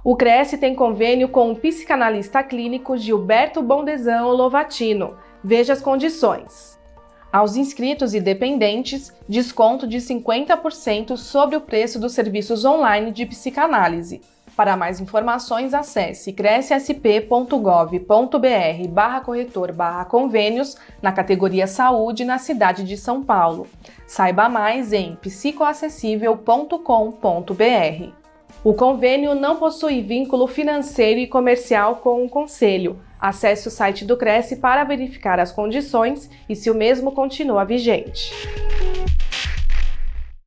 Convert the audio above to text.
O Cresce tem convênio com o psicanalista clínico Gilberto Bondezão Lovatino. Veja as condições. Aos inscritos e dependentes, desconto de 50% sobre o preço dos serviços online de psicanálise. Para mais informações, acesse crescsp.gov.br/corretor/convênios na categoria Saúde na cidade de São Paulo. Saiba mais em psicoacessível.com.br. O convênio não possui vínculo financeiro e comercial com o Conselho. Acesse o site do Cresce para verificar as condições e se o mesmo continua vigente.